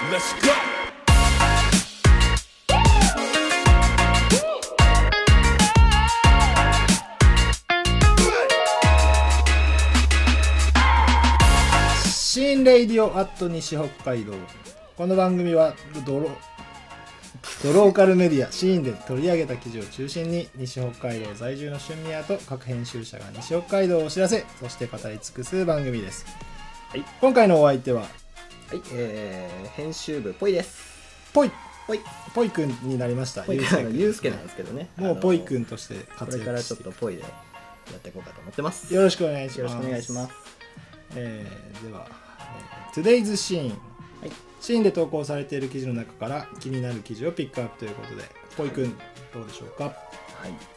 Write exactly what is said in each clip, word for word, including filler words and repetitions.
Let's go! 新レイディオアット西北海道。この番組はドロドローカルメディアシーンで取り上げた記事を中心に西北海道在住の春宮と各編集者が西北海道をお知らせ、そして語り尽くす番組です。 はい、 今回のお相手は、 はい、えー、編集部ぽいです。 ぽいぽいぽいくんになりました。 ぽいくん、ゆうすけなんですけどね。 もうぽいくんとして活躍して、 これからちょっとぽいでやっていこうかと思ってます。 よろしくお願いします。 よろしくお願いします。 えー、では、えー、Today's Scene、はい、シーンで投稿されている記事の中から気になる記事をピックアップということで、ぽいくん、はい、どうでしょうか。はい、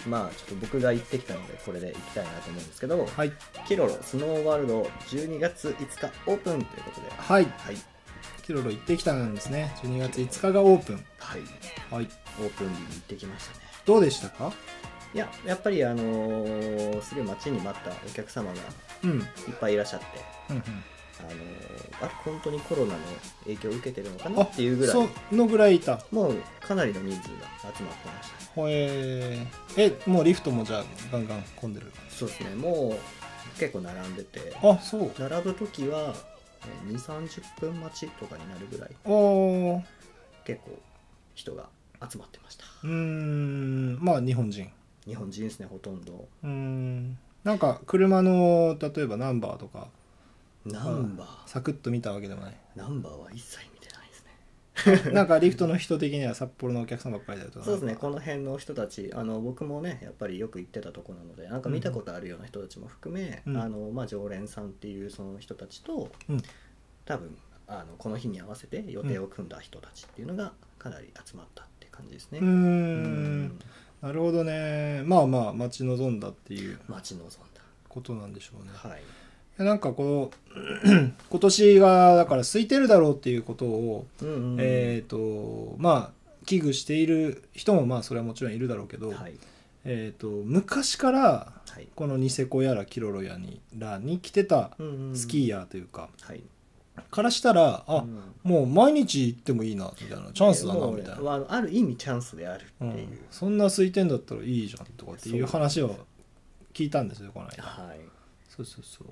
まあちょっと僕が行ってきたのでこれで行きたいなと思うんですけど、 はい、 キロロスノーワールドじゅうにがついつかオープンということで、 はい、 はい、 キロロ行ってきたんですね。じゅうにがついつかがオープン、 はい、 はい、 オープン日に行ってきましたね。 どうでしたか。 いや、やっぱりあのー、すごい待ちに待ったお客様がいっぱいいらっしゃって、うんうん、あのー、あれ本当にコロナの影響を受けてるのかなっていうぐらい、 そのぐらいいた。 もうかなりの人数が集まってました。 へえ、もうリフトもじゃあガンガン混んでる。 そうですね、もう結構並んでて、 あ、そう。 並ぶときはにじゅう、さんじゅっぷん待ちとかになるぐらい、 お結構人が集まってました。 うーん、まあ日本人日本人ですね、ほとんど。 うーん、なんか車の例えばナンバーとかナンバーサクッと見たわけでもない。 ナンバーは一切見てないですね。 なんかリフトの人的には札幌のお客さんばっかりだとか。 そうですね、この辺の人たち、あの僕もねやっぱりよく行ってたとこなので、なんか見たことあるような人たちも含め、うん、あのまあ、常連さんっていうその人たちと、うん、多分あのこの日に合わせて予定を組んだ人たちっていうのがかなり集まったって感じですね。 うーん、うんなるほどね。まあまあ待ち望んだっていう待ち望んだことなんでしょうね。 はい。 なんかこう今年がだから空いてるだろうっていうことを、うんうんうん、えっ、ー、とまあ危惧している人もまあそれはもちろんいるだろうけど、はい、えっ、ー、と昔からこのニセコやらキロロやにらに来てたスキーヤーというか、うんうんうん、はい、からしたらあ、うん、もう毎日行ってもいいなみたいな、チャンスだなみたいな、 ある意味チャンスであるっていう、うん、 そんな空いてんだったらいいじゃんとかっていう話を聞いたんですよこの間。はい、そうそうそう。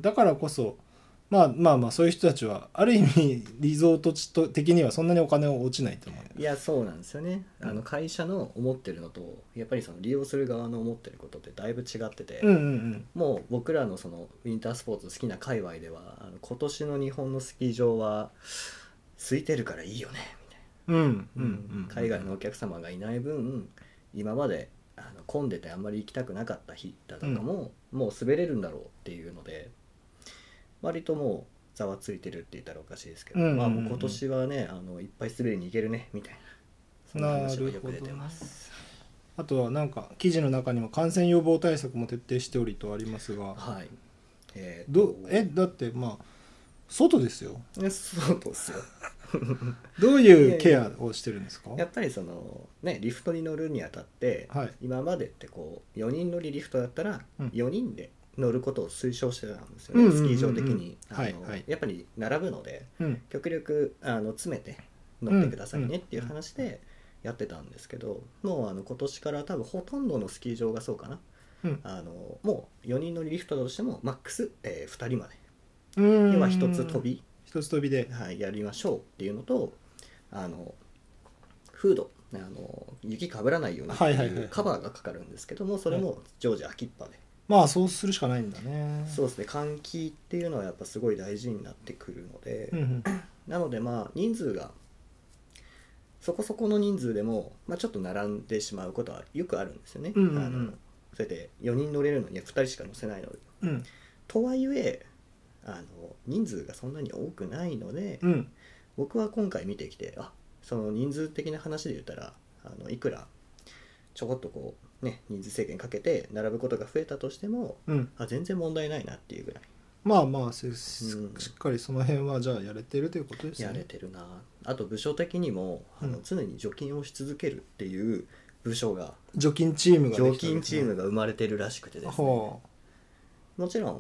だからこそまあまあまあそういう人たちはある意味リゾート地的にはそんなにお金は落ちないと思う。 いやそうなんですよね、うん、あの会社の思ってるのとやっぱりその利用する側の思ってることってだいぶ違ってて、うんうんうん、もう僕らのそのウィンタースポーツ好きな界隈ではあの今年の日本のスキー場は空いてるからいいよねみたいな、うんうんうん、海外のお客様がいない分今まであの混んでてあんまり行きたくなかった日だとかも、うん、もう滑れるんだろうっていうので割ともうざわついてるって言ったらおかしいですけど、うんうんうん、まあもう今年はねあのいっぱい滑りに行けるねみたいな、そんな話がよく出てます。 あとはなんか記事の中にも感染予防対策も徹底しておりとありますが、はい、えー、どえだってまあ外ですよ。 外ですよ。 どういうケアをしてるんですか。 やっぱりそのねリフトに乗るにあたって、はい、今までってこうよにん乗りリフトだったらよにんで乗ることを推奨してたんですよね、うんうんうんうん、スキー場的にあの、はいはい、やっぱり並ぶので、うん、極力あの詰めて乗ってくださいねっていう話でやってたんですけど、もうあの今年から多分ほとんどのスキー場がそうかな、うん、あのもうよにん乗りリフトだとしてもマックス、えー、ふたりまで、要はひとつ飛び一つ飛びで、 はい、やりましょうっていうのと、あのフードあの雪かぶらないようにっていうカバーがかかるんですけども、それも常時空きっぱで、 まあそうするしかないんだね。 そうですね、換気っていうのはやっぱすごい大事になってくるので、うんうん、なのでまあ人数がそこそこの人数でも、まあ、ちょっと並んでしまうことはよくあるんですよね、うんうんうん、あのそれでよにん乗れるのにふたりしか乗せないので、うん、とはいえあの人数がそんなに多くないので、うん、僕は今回見てきてあその人数的な話で言ったらあのいくらちょこっとこうね人数制限かけて並ぶことが増えたとしても、うん、あ全然問題ないなっていうぐらい、 まあまあ し,、うん、しっかりその辺はじゃあやれてるということですね。 やれてるな。あと部署的にも、うん、あの常に除菌をし続けるっていう部署が除菌チームができた、 除菌チームが生まれてるらしくてですね、もちろん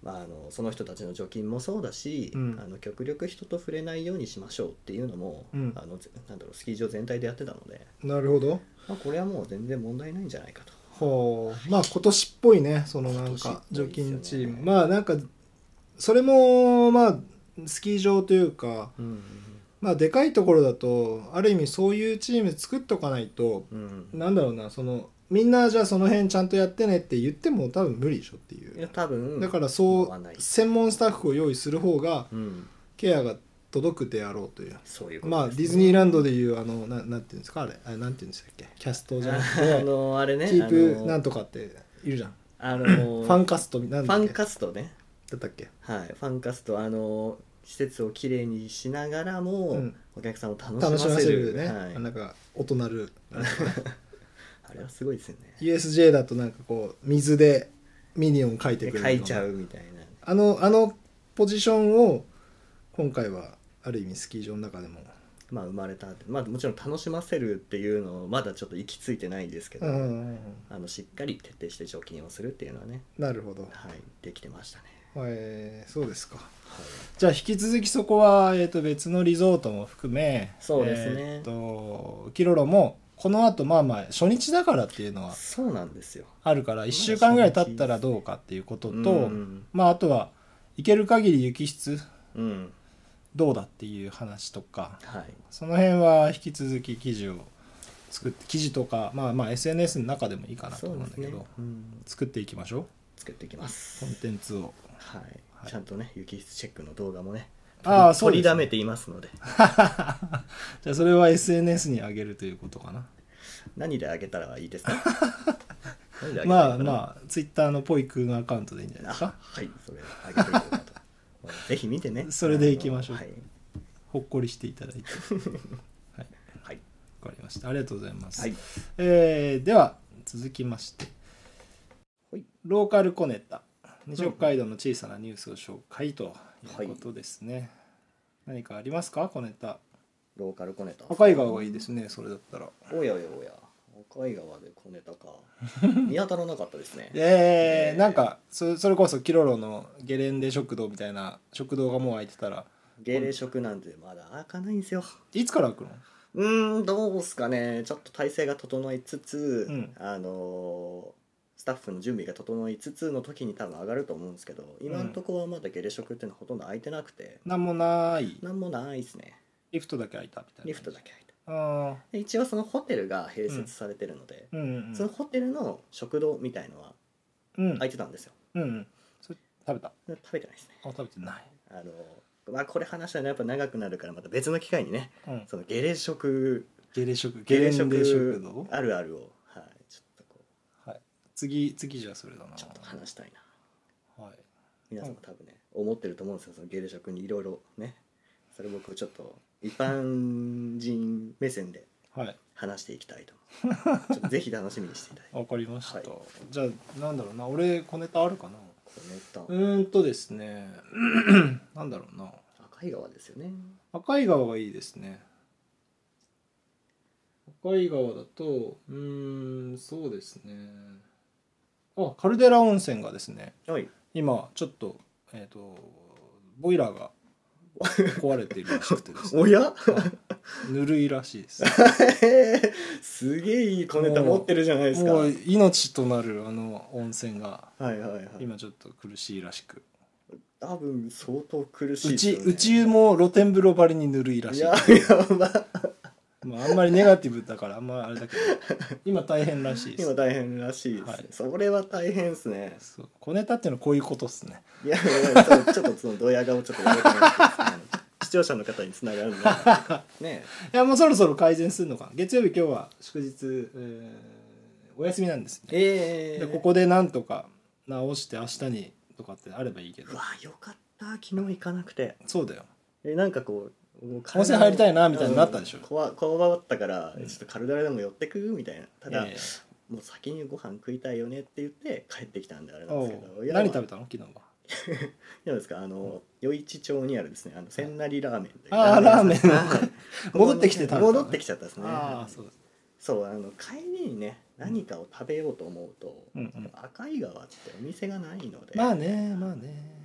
まあ、あのその人たちの除菌もそうだし、うん、あの極力人と触れないようにしましょうっていうのも、うん、あのなんだろうスキー場全体でやってたので、 なるほど、 まあ、これはもう全然問題ないんじゃないかと。 ほう、まあ今年っぽいね、そのなんか除菌チーム、まあなんかそれもまあスキー場というか、うん、まあでかいところだとある意味そういうチーム作っとかないと、うん、なんだろうな、そのみんなじゃあその辺ちゃんとやってねって言っても多分無理でしょっていう。 いや多分だからそう専門スタッフを用意する方がケアが届くであろうという。 そういうことですね。 まあディズニーランドでいうあの な, なんていうんですかあれあれなんていうんでしたっけ、キャストじゃなくてあのあれね、 キープなんとかっているじゃん。 あのファンカストなんだっけ。 ファンカストね。 だったっけ。 はい、ファンカストあの施設をきれいにしながらも、うん、お客さんを楽しませる。 楽しませるね。はい、なんか音鳴る。 あれはすごいですよね。 ユーエスジェー だとなんかこう水でミニオン描いてくれる。 描いちゃうみたいな。 あのあのポジションを今回はある意味スキー場の中でもまあ生まれた。まあもちろん楽しませるっていうのをまだちょっと行き着いてないんですけど、うんうんうん、あのしっかり徹底して除菌をするっていうのはね。 なるほど。 はい、できてましたね。 えー、そうですか。はい、じゃあ引き続きそこは、えー、と別のリゾートも含め、 そうですね。 えー、とキロロもこのあとまあまあ初日だからっていうのはそうなんですよ。 あるからいっしゅうかんぐらい経ったらどうかっていうことと、まあ、うん、まああとは行ける限り雪質、うん、どうだっていう話とか、はい、その辺は引き続き記事を作って記事とか、まあ、まあ エスエヌエス の中でもいいかなと思うんだけど、ね、うん、作っていきましょう。 作っていきます。 コンテンツを、 はいはい、ちゃんとね雪質チェックの動画もねああ取りだめていますのでじゃあそれは エスエヌエス に上げるということかな。 何で上げたらいいですかまあまあツイッターのポイ君アカウントでいいんじゃないですか。 はい、それ上げていこうかとぜひ見てね。 それでいきましょう、 はい、 ほっこりしていただいてはい、 はい、 分かりました。ありがとうございます、 はい、 えー、では続きまして、はい、ローカル小ネタ西北海道の小さなニュースを紹介ということですね、はい、何かありますか小ネタ。 ローカル小ネタ赤井川がいいですね。それだったらおやおやおや赤井川で小ネタか見当たらなかったですねえー、なんか そ, それこそキロロのゲレンデ食堂みたいな食堂がもう開いてたら。 ゲレ食なんてまだ開かないんですよ。 いつから開くの。 うーんどうすかね。ちょっと体制が整いつつ、うん、あのースタッフの準備が整いつつの時に多分上がると思うんですけど、今のところはまだゲレ食っていうのはほとんど空いてなくて、 うん、なんもないなんもないですね。 リフトだけ空いたみたいな。 リフトだけ空いた。 あで一応そのホテルが併設されてるので、うんうんうん、そのホテルの食堂みたいのは空いてたんですよ、 うんうん、それ食べた。 食べてないですね。 あ食べてない。 あの、まあ、これ話したらやっぱ長くなるからまた別の機会にね、うん、そのゲレ食ゲレ食ゲレ食あるあるを、はい、ちょっとこう、はい、次次じゃあそれだな。 ちょっと話したいな。 はい、 皆さんも多分ね、うん、思ってると思うんですよ。そのゲレ食にいろいろね。それ僕ちょっと一般人目線で話していきたいと思う、はい、ちょっとぜひ楽しみにしていただいて。 わかりました、はい、じゃあなんだろうな、俺小ネタあるかな。 小ネタうーんとですねなんだろうな。 赤井川ですよね。 赤井川がいいですね。赤井川だとうーんそうですね、あカルデラ温泉がですね、はい、今ちょっとえっ、ー、とボイラーが壊れているらしくてですねおやぬるいらしいですすげえいい小ネタ持ってるじゃないですか。 もう命となるあの温泉がはいはいはい、 今ちょっと苦しいらしく、 多分相当苦しいですよね。うちうちも露天風呂張りにぬるいらしい。いややばまあ、あんまりネガティブだからあんまあれだけど今大変らしいです。 今大変らしいです、ね、はい、それは大変ですね。 そう小ネタっていうのはこういうことっすね。 いやいやいやちょっとそのドヤ顔ちょっとやめてもらっていいですか視聴者の方につながるのね。 いやもうそろそろ改善するのかな。月曜日今日は祝日、えー、お休みなんですね、えー、でここでなんとか直して明日にとかってあればいいけど。 うわよかった昨日行かなくて。 そうだよ。 えなんかこう温泉入りたいなみたいになったでしょ、うん、 こわこわばったから、うん、ちょっとカルダラでも寄ってくみたいな。ただ、えー、もう先にご飯食いたいよねって言って帰ってきたんであれなんですけど。 何食べたの昨日は。 いやですかあの余市町にあるですねあの千成ラーメンで。 ああラーメン戻ってきて食べた、ね、 戻ってきちゃったですね。 ああそうです。 そうあの帰りにね何かを食べようと思うと、うんうん、赤井川ってお店がないので。 まあねまあね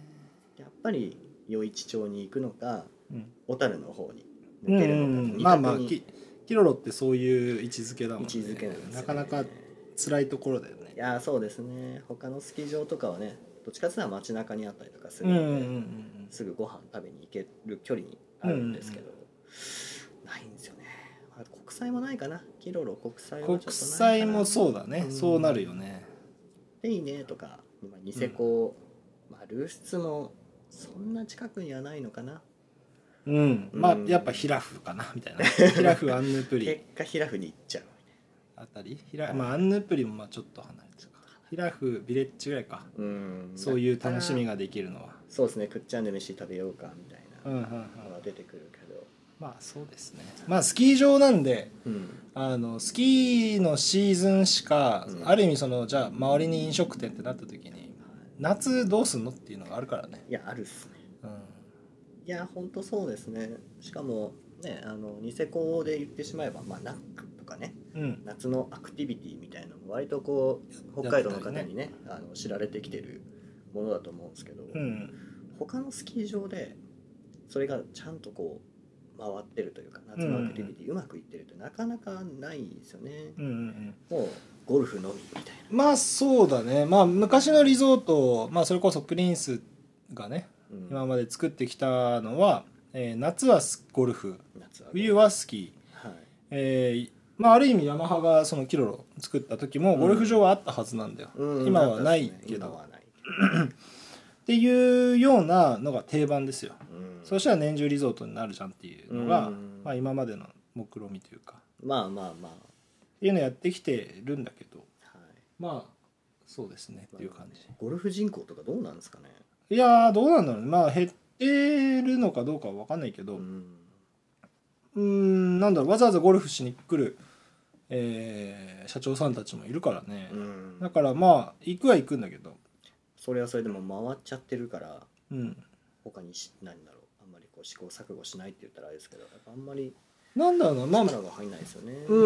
やっぱり余市町に行くのか、 うん、 小樽の方に抜けるのか、うんうん、 まあまあキキロロってそういう位置づけだもんね。 位置づけなんですよね。 なかなか辛いところだよね。 いやそうですね。他のスキー場とかはね、どっちかっていうと街中にあったりとかするので、うんうんうんうん、すぐご飯食べに行ける距離にあるんですけど、うんうんうん、ないんですよね。国際もないかな。キロロ国際はちょっとないかな。 国際もそうだね、うん、そうなるよね。 でいいねとか、今ニセコ、うん、まあルースツもそんな近くにはないのかな。 うん、まあやっぱヒラフかなみたいな。ヒラフアンヌプリ結果ヒラフに行っちゃうあたり、ヒラ、まあアンヌプリもまあちょっと離れてるか、ヒラフビレッジぐらいか、うん、そういう楽しみができるのは。 そうですね、くっちゃんで飯食べようかみたいなのが出てくるけど、うんうんうん、 まあそうですね、まあスキー場なんで、うん、あのスキーのシーズンしか、うん、ある意味そのじゃあ周りに飲食店ってなった時に夏どうすんのっていうのがあるからね。 いやあるっすね、うん、いや本当そうですね。しかもね、あのニセコで言ってしまえば、まあ、ナックとかね、うん、夏のアクティビティみたいなのも割とこう北海道の方に ね, ねあの知られてきてるものだと思うんですけど、うん、他のスキー場でそれがちゃんとこう回ってるというか、夏のアクティビティうまくいってるってなかなかないですよね、うんうんうん、もうゴルフのみみたいな。 まあそうだね、まあ昔のリゾート、まあ、それこそプリンスがね、うん、今まで作ってきたのは、えー、夏はゴルフ、冬はスキー、はい、えーまあ、ある意味ヤマハがそのキロロ作った時もゴルフ場はあったはずなんだよ、うん、今はないけど、うん、っていうようなのが定番ですよ、うん、そしたら年中リゾートになるじゃんっていうのが、うんまあ、今までの目論見というか、 まあまあまあっていうのやってきてるんだけど、はい、まあそうですねっていう感じ。 ゴルフ人口とかどうなんですかね。 いやーどうなんだろうね、まあ減ってるのかどうかは分かんないけど、うんうーんなんだろう、わざわざゴルフしに来る、えー、社長さんたちもいるからね、うん、だからまあ行くは行くんだけど、 それはそれでも回っちゃってるから、うん、他にし何だろう、あんまりこう試行錯誤しないって言ったらあれですけど、やっぱあんまりなんだろうな、まあ力が入んないですよね。 う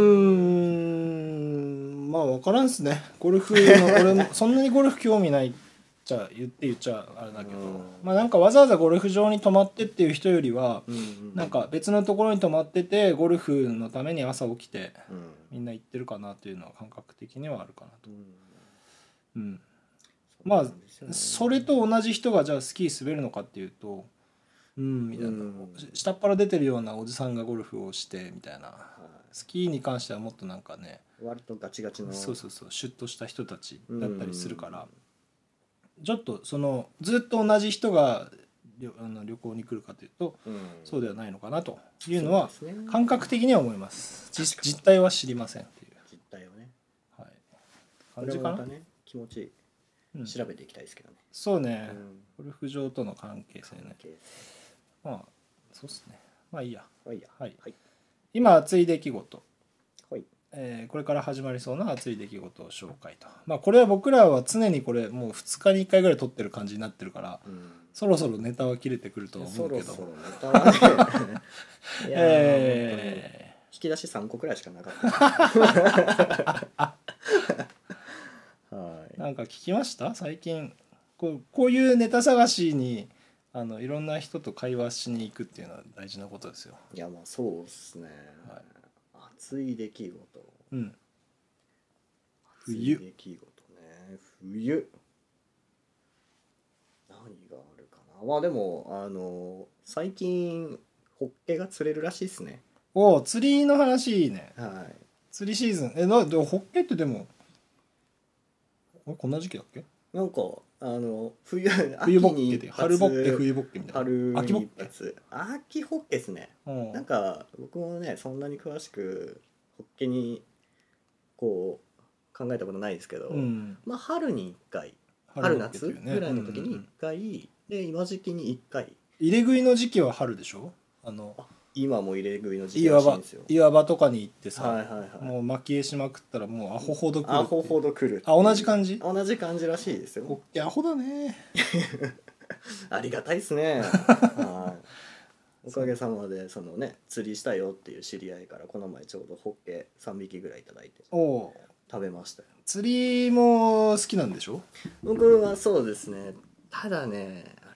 ーんまあ分からんっすね、ゴルフの俺もそんなにゴルフ興味ないじゃ言って言っちゃあれだけど、うん、まあなんかわざわざゴルフ場に泊まってっていう人よりは、うんうん、なんか別のところに泊まっててゴルフのために朝起きて、うん、みんな行ってるかなっていうのは感覚的にはあるかなと、うんうん、まあそれと同じ人がじゃあスキー滑るのかっていうとうんみたいな、うん、下っ腹出てるようなおじさんがゴルフをしてみたいな、はい、スキーに関してはもっとなんかね割とガチガチのそうそうそうシュッとした人たちだったりするから、うんちょっとそのずっと同じ人が旅あの旅行に来るかというと、うん、そうではないのかなというのは感覚的には思います。実, 実態は知りませんっていう実態をね、 はい、感じかな。 これもまたね気持ち調べていきたいですけどね、 うん、そうね、うん、ゴルフ場との関係性ね、まあそうっすね、まあいいや、 はい、 はいはい、今熱い出来事、えー、これから始まりそうな熱い出来事を紹介と、まあこれは僕らは常にこれもうふつかにいっかいぐらい撮ってる感じになってるから、うん、そろそろネタは切れてくると思うけど、 そろそろネタはねいや、えー、引き出しさんこくらいしかなかったはい、なんか聞きました最近こう、こういうネタ探しにあのいろんな人と会話しに行くっていうのは大事なことですよ。 いやまあそうですね、はい、熱い出来事、うん、 冬熱い出来事ね、冬何があるかな。まあでもあの最近ホッケが釣れるらしいですね。 おお釣りの話いいね。 はい、 釣りシーズンえなでもホッケってでもこんな時期だっけ。 なんかあの冬冬ボッケで春ボッケ冬ボッケみたいな。 春秋ボッケ秋ホッケですね。なんか僕もねそんなに詳しくホッケにこう考えたことないですけど、うん、まあ春にいっかい、春夏ぐらいの時にいっかい、うんうん、で今時期にいっかい。 入れ食いの時期は春でしょ。あのあ今も入れ食いの時期らしいんですよ。 岩場とかに行ってさ、 はいはいはい、 もう巻き絵しまくったらもうアホほど来る。 アホほど来る。 あ同じ感じ。 同じ感じらしいですよ。 ホッケアホだね。 ありがたいですね。はいおかげさまでそのね釣りしたよっていう知り合いからこの前ちょうどホッケさんびきぐらいいただいて食べましたよ。 釣りも好きなんでしょ。 僕はそうですね。ただねあ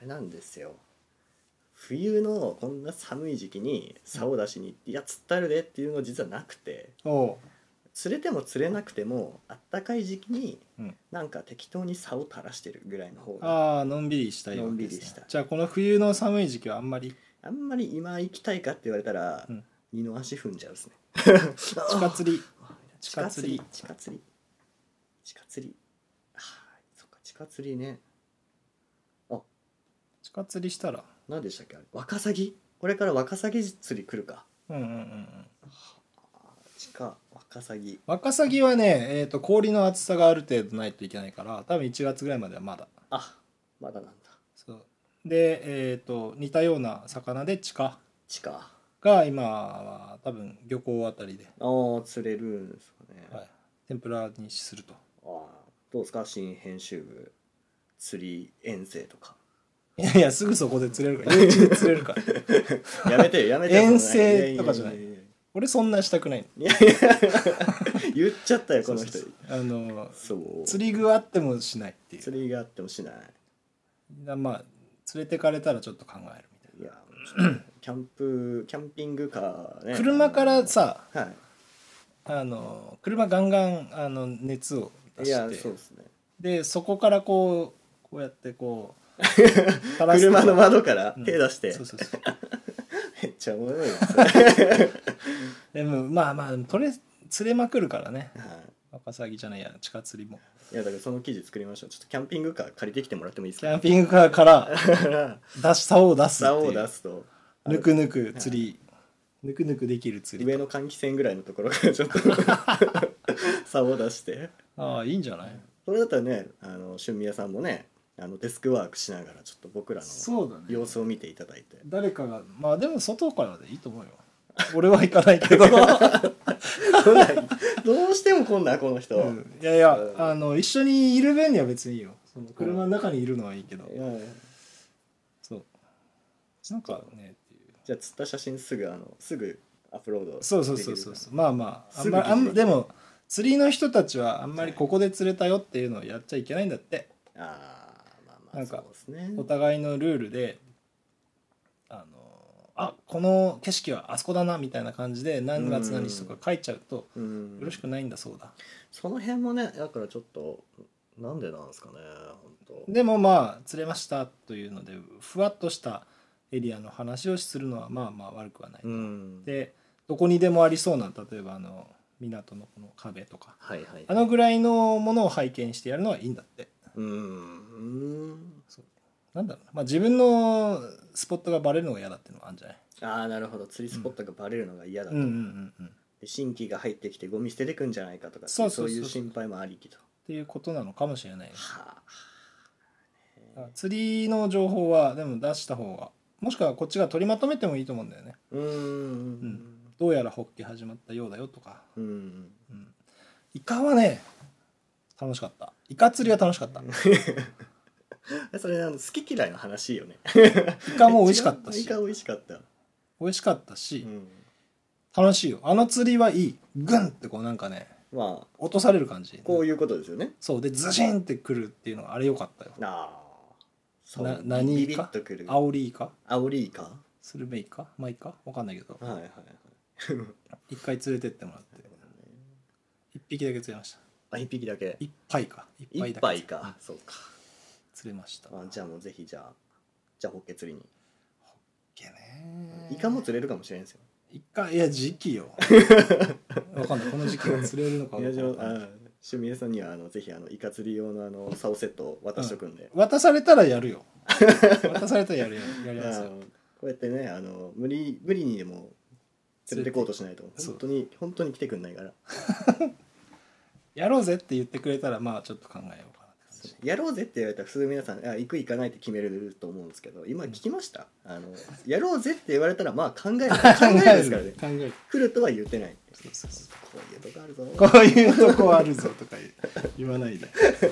れなんですよ、冬のこんな寒い時期に竿出しに行って「いや釣ったるで」っていうの実はなくて、 お釣れても釣れなくてもあったかい時期にうんなんか適当に竿垂らしてるぐらいの方が、 ああのんびりしたいわのんけですね。 びりしたじゃあこの冬の寒い時期はあんまりあんまり今行きたいかって言われたら、 うん二の足踏んじゃうですね。 地下釣り地下釣り地下釣り地下釣りあーそっか地下釣りね。あ地下釣りしたら何でしたっけあれ、ワカサギ、これからワカサギ釣り来るか。 うんうんうんうん地下ワカサギワカサギはね、えー、と氷の厚さがある程度ないといけないから多分いちがつぐらいまではまだあまだなんだ。 そうで、えー、と似たような魚で地下地下が今は多分漁港あたりで、 ああ釣れるんですかね。 はい、天ぷらにすると。 ああどうですか新編集部釣り遠征とか。 いやいやすぐそこで釣れるから幼稚で釣れるからやめてよやめてよ遠征とかじゃないやややや俺そんなしたくないいやいや言っちゃったよこの人。 そうそうそうあのそう釣り具あってもしないっていう釣りがあってもしない。 だまあ連れてかれたらちょっと考えるみたいいやちょっとキャンプキャンピングカーねな車からさはあの車ガンガンあの熱を出いいやしてそうですねでそこからこうこうやってこう垂らすと車の窓からうん手出して、 そうそうそうめっちゃおもろいなでもまあまあとりあえず釣れまくるからねはワカサギじゃないや地下釣りもい、いやだからその記事作りましょう。ちょっとキャンピングカー借りてきてもらってもいいですキか。 ャンピングカーからだから出し竿を出すって竿をいう出すとぬくぬく釣りぬくぬくできる釣り上の換気扇ぐらいのところからちょっと竿を出して、 ああいいんじゃないそれだったらねあの春宮さんもねあのデスクワークしながらちょっと僕らのそうだね様子を見ていただいて、 誰かがまあでも外からでいいと思うよ俺は行かないけど、 来ないどうしても来んなこの人、 うんいやいやあの一緒にいる分には別にいいよその車の中にいるのはいいけど、 いやいやそうなんかねっていうじゃあ釣った写真すぐあのすぐアップロードできる。 そうそうそうそうまあまああんすぐまあん記事できるでも釣りの人たちはあんまりここで釣れたよっていうのをやっちゃいけないんだって、 ああまあまあそなんかうですね。 お互いのルールであのあこの景色はあそこだなみたいな感じで何月何日とか書いちゃうとうんよろしくないんだそうだ。 その辺もねだからちょっとなんでなんですかね本当。 でもまあ釣れましたというのでふわっとしたエリアの話をするのはまあまあ悪くはない、 うんでどこにでもありそうな例えばあの港のこの壁とかはいはいあのぐらいのものを背景にしてやるのはいいんだって。 うんうんなんだろうな、まあ、自分のスポットがバレるのが嫌だっていうのがあるんじゃない。 ああなるほど釣りスポットがバレるのが嫌だと、 うんうんうんうん、っで新規が入ってきてゴミ捨ててくんじゃないかとかそうそうそうそういう心配もありきと。 ていうことなのかもしれない、ね、 はだから釣りの情報はでも出した方がもしくはこっちが取りまとめてもいいと思うんだよね。 あうんうんどうやらホッケ始まったようだよとか、 うんうん、イカはね楽しかった。イカ釣りは楽しかった。 それあの好き嫌いの話よね。 イカも美味しかったしイカ美味しかった、 美味しかったし、 うん、 楽しいよ。あの釣りはいい。グンってこうなんかねまあ落とされる感じ。 こういうことですよね。 そうでズシンってくるっていうのがあれ良かったよ。 ああそうな何ビビイカッとくるアオリイカアオリイカスルメイカマイカわかんないけどはいはいはい一回連れてってもらって一匹だけ釣れました。 あ一匹だけ一杯か一杯だけ一杯かそうか。 釣れました。 あじゃあもうぜひじゃあじゃあホッケ釣りにけねイカも釣れるかもしれんですよ。 イカいや時期よわかんないこの時期は釣れるのかいやじゃあわかんないあ趣味さんにはあのぜひあのイカ釣り用のあの竿セットを渡しとくんで、 渡されたらやるよ渡されたらやるよやりますよ。 あのこうやってねあの無理無理にでも連れてこうとしないとそう本当に本当に来てくんないからやろうぜって言ってくれたらまあちょっと考えようかなって感じ。 やろうぜって言われたら普通皆さんあ行く行かないって決めれると思うんですけど今聞きました、あのやろうぜって言われたらまあ考える考えるですからね考える来るとは言ってない。 そうそうそうこういうとこあるぞこういうとこあるぞとか言わないで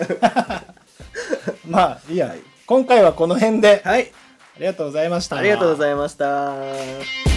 まあいいや、 はい今回はこの辺ではいありがとうございました。 ありがとうございました。